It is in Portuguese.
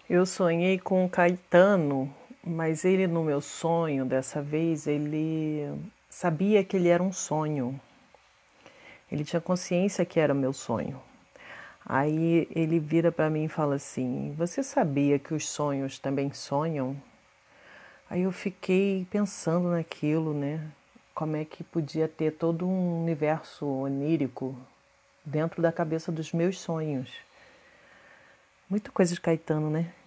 Eu sonhei com o Caetano, mas ele no meu sonho, dessa vez, ele sabia que ele era um sonho. Ele tinha consciência que era meu sonho. Aí ele vira para mim e fala assim: Você sabia que os sonhos também sonham? Aí eu fiquei pensando naquilo, né? Como é que podia ter todo um universo onírico dentro da cabeça dos meus sonhos. Muita coisa de Caetano, né?